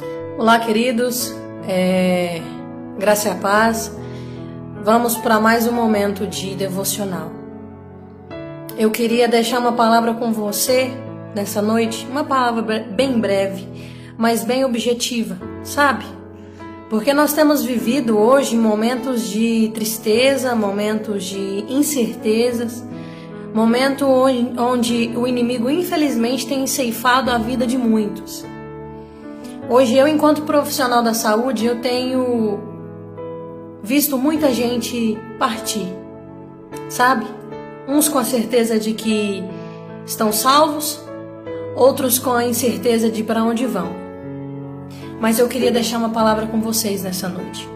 Olá, queridos, graça e a paz. Vamos para mais um momento de devocional. Eu queria deixar uma palavra com você nessa noite, uma palavra bem breve, mas bem objetiva, sabe? Porque nós temos vivido hoje momentos de tristeza, momentos de incertezas, momento onde o inimigo infelizmente tem ceifado a vida de muitos. Hoje eu, enquanto profissional da saúde, eu tenho visto muita gente partir, sabe? Uns com a certeza de que estão salvos, outros com a incerteza de para onde vão. Mas eu queria deixar uma palavra com vocês nessa noite.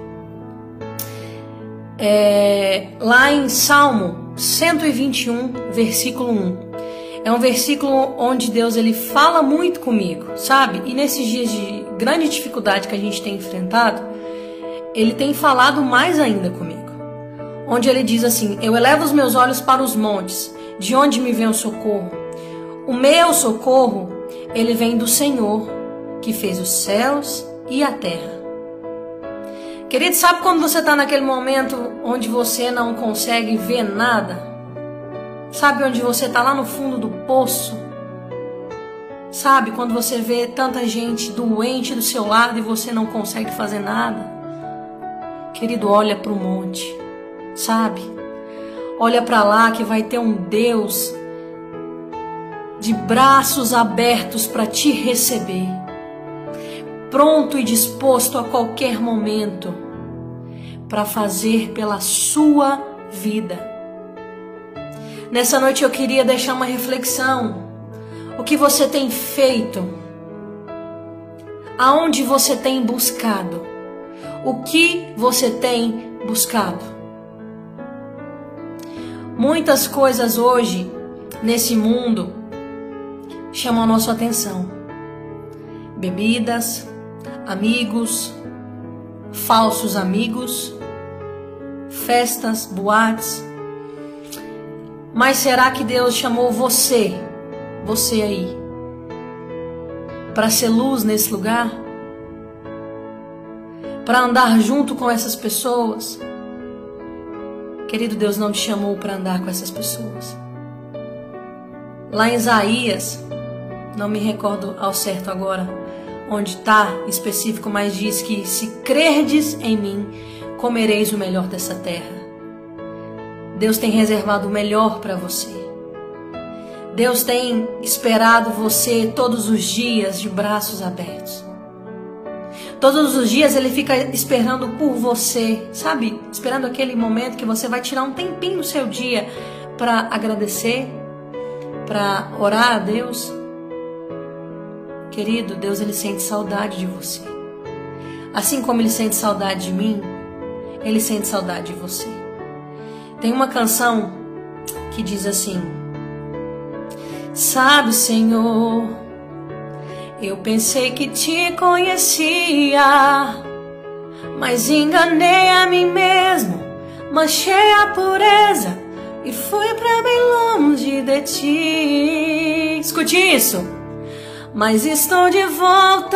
Lá em Salmo 121, versículo 1. É um versículo onde Deus ele fala muito comigo, sabe? E nesses dias de grande dificuldade que a gente tem enfrentado, Ele tem falado mais ainda comigo. Onde Ele diz assim: eu elevo os meus olhos para os montes, de onde me vem o socorro? O meu socorro, ele vem do Senhor, que fez os céus e a terra. Querido, sabe quando você está naquele momento onde você não consegue ver nada? Sabe onde você está lá no fundo do poço? Sabe quando você vê tanta gente doente do seu lado e você não consegue fazer nada? Querido, olha para o monte, sabe? Olha para lá que vai ter um Deus de braços abertos para te receber, pronto e disposto a qualquer momento para fazer pela sua vida. Nessa noite eu queria deixar uma reflexão. O que você tem feito? Aonde você tem buscado? O que você tem buscado? Muitas coisas hoje, nesse mundo, chamam a nossa atenção. Bebidas, amigos, falsos amigos, festas, boates. Mas será que Deus chamou você aí, para ser luz nesse lugar? Para andar junto com essas pessoas? Querido, Deus não te chamou para andar com essas pessoas. Lá em Isaías, não me recordo ao certo agora onde está específico, mas diz que se crerdes em mim, comereis o melhor dessa terra. Deus tem reservado o melhor para você. Deus tem esperado você todos os dias de braços abertos. Todos os dias Ele fica esperando por você, sabe? Esperando aquele momento que você vai tirar um tempinho do seu dia para agradecer, para orar a Deus. Querido, Deus ele sente saudade de você. Assim como Ele sente saudade de mim, Ele sente saudade de você. Tem uma canção que diz assim: sabe, Senhor, eu pensei que te conhecia, mas enganei a mim mesmo, manchei a pureza e fui pra bem longe de ti. Escute isso. Mas estou de volta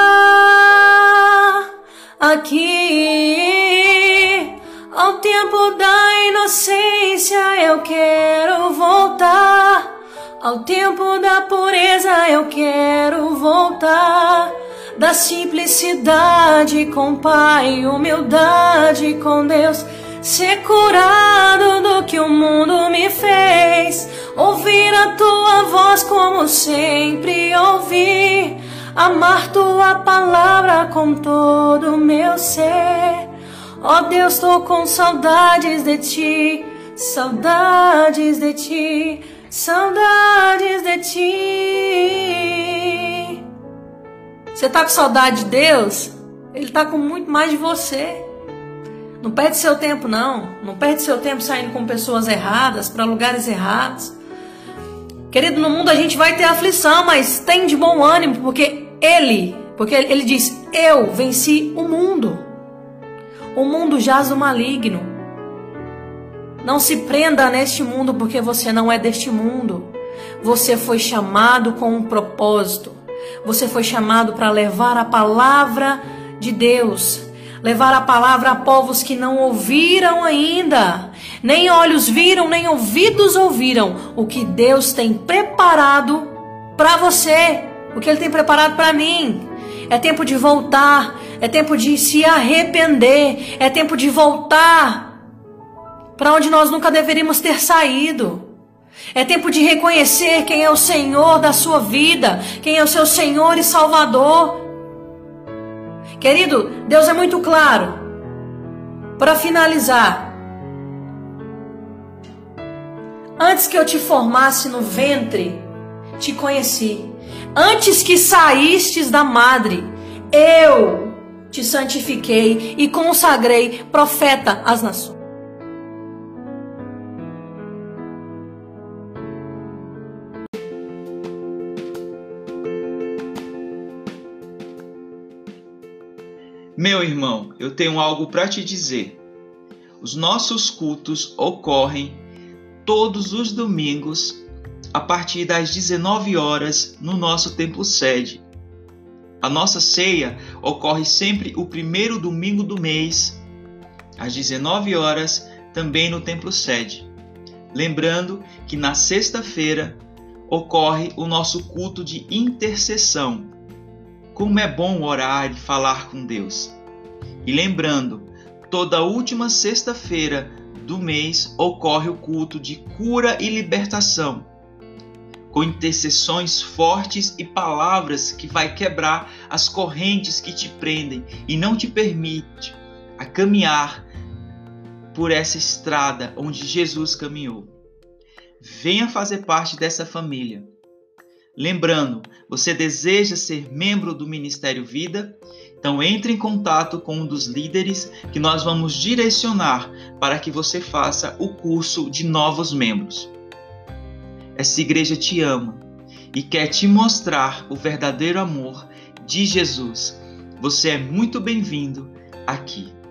aqui, ao tempo da inocência eu quero voltar, ao tempo da pureza eu quero voltar, da simplicidade com o Pai, humildade com Deus, ser curado do que o mundo me fez, ouvir a tua voz como sempre ouvi, amar tua palavra com todo o meu ser. Ó Deus, tô com saudades de ti, saudades de ti, saudades de ti. Você tá com saudade de Deus? Ele tá com muito mais de você. Não perde seu tempo não. Não perde seu tempo saindo com pessoas erradas, para lugares errados. Querido, no mundo a gente vai ter aflição, mas tem de bom ânimo, porque ele diz: eu venci o mundo. O mundo jaz o maligno. Não se prenda neste mundo, porque você não é deste mundo. Você foi chamado com um propósito. Você foi chamado para levar a palavra de Deus, levar a palavra a povos que não ouviram ainda, nem olhos viram, nem ouvidos ouviram o que Deus tem preparado para você, o que Ele tem preparado para mim. É tempo de voltar, é tempo de se arrepender, é tempo de voltar para onde nós nunca deveríamos ter saído. É tempo de reconhecer quem é o Senhor da sua vida, quem é o seu Senhor e Salvador. Querido, Deus é muito claro. Para finalizar, antes que eu te formasse no ventre, te conheci. Antes que saístes da madre, eu te santifiquei e consagrei profeta às nações. Meu irmão, eu tenho algo para te dizer. Os nossos cultos ocorrem todos os domingos a partir das 19 horas no nosso templo sede. A nossa ceia ocorre sempre o primeiro domingo do mês, às 19 horas, também no templo sede. Lembrando que na sexta-feira ocorre o nosso culto de intercessão. Como é bom orar e falar com Deus. E lembrando, toda última sexta-feira do mês ocorre o culto de cura e libertação, com intercessões fortes e palavras que vai quebrar as correntes que te prendem e não te permite a caminhar por essa estrada onde Jesus caminhou. Venha fazer parte dessa família. Lembrando, você deseja ser membro do Ministério Vida? Então entre em contato com um dos líderes que nós vamos direcionar para que você faça o curso de novos membros. Essa igreja te ama e quer te mostrar o verdadeiro amor de Jesus. Você é muito bem-vindo aqui.